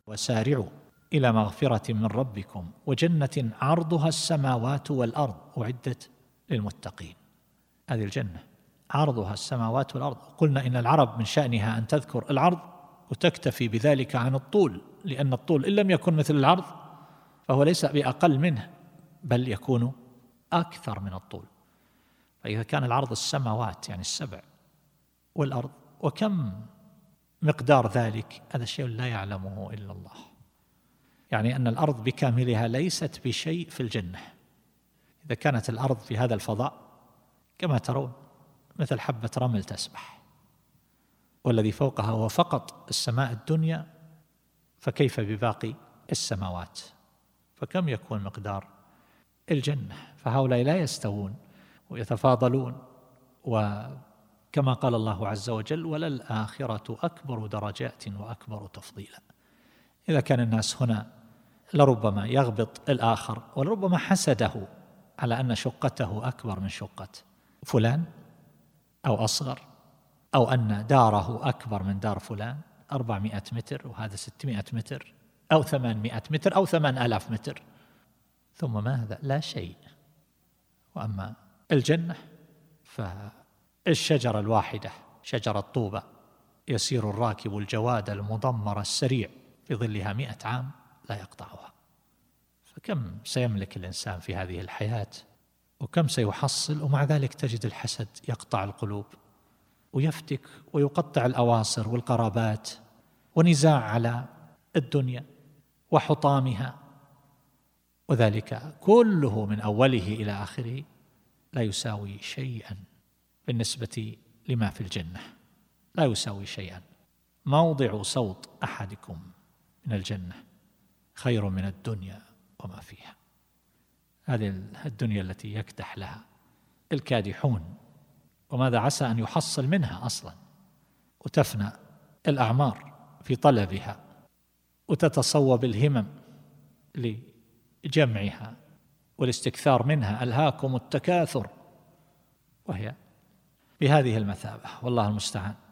وسارعوا إلى مغفرة من ربكم وجنة عرضها السماوات والأرض أعدت للمتقين. هذه الجنة عرضها السماوات والأرض. قلنا إن العرب من شأنها أن تذكر العرض وتكتفي بذلك عن الطول، لأن الطول إن لم يكن مثل العرض فهو ليس بأقل منه، بل يكون أكثر من الطول. فإذا كان العرض السماوات يعني 7 والأرض، وكم مقدار ذلك؟ هذا شيء لا يعلمه إلا الله. يعني أن الأرض بكاملها ليست بشيء في الجنة. إذا كانت الأرض في هذا الفضاء كما ترون مثل حبة رمل تسبح، والذي فوقها هو فقط السماء الدنيا، فكيف بباقي السماوات؟ فكم يكون مقدار الجنة؟ فهؤلاء لا يستوون ويتفاضلون، وكما قال الله عز وجل: وللآخرة أكبر درجات وأكبر تفضيلا. إذا كان الناس هنا لربما يغبط الآخر ولربما حسده على أن شقته أكبر من شقة فلان أو أصغر، أو أن داره أكبر من دار فلان 400 متر وهذا 600 متر أو 800 متر أو 8000 متر، ثم ماذا؟ لا شيء. وأما الجنة فالشجرة الواحدة شجرة طوبى يسير الراكب الجواد المضمر السريع في ظلها 100 عام لا يقطعها. فكم سيملك الإنسان في هذه الحياة وكم سيحصل، ومع ذلك تجد الحسد يقطع القلوب ويفتك ويقطع الأواصر والقرابات، ونزاع على الدنيا وحطامها، وذلك كله من أوله إلى آخره لا يساوي شيئا بالنسبة لما في الجنة، لا يساوي شيئا. موضع صوت أحدكم من الجنة خير من الدنيا وما فيها. هذه الدنيا التي يكدح لها الكادحون، وماذا عسى أن يحصل منها أصلا، وتفنى الأعمار في طلبها وتتصوب الهمم لجمعها والاستكثار منها، ألهاكم التكاثر، وهي بهذه المثابة، والله المستعان.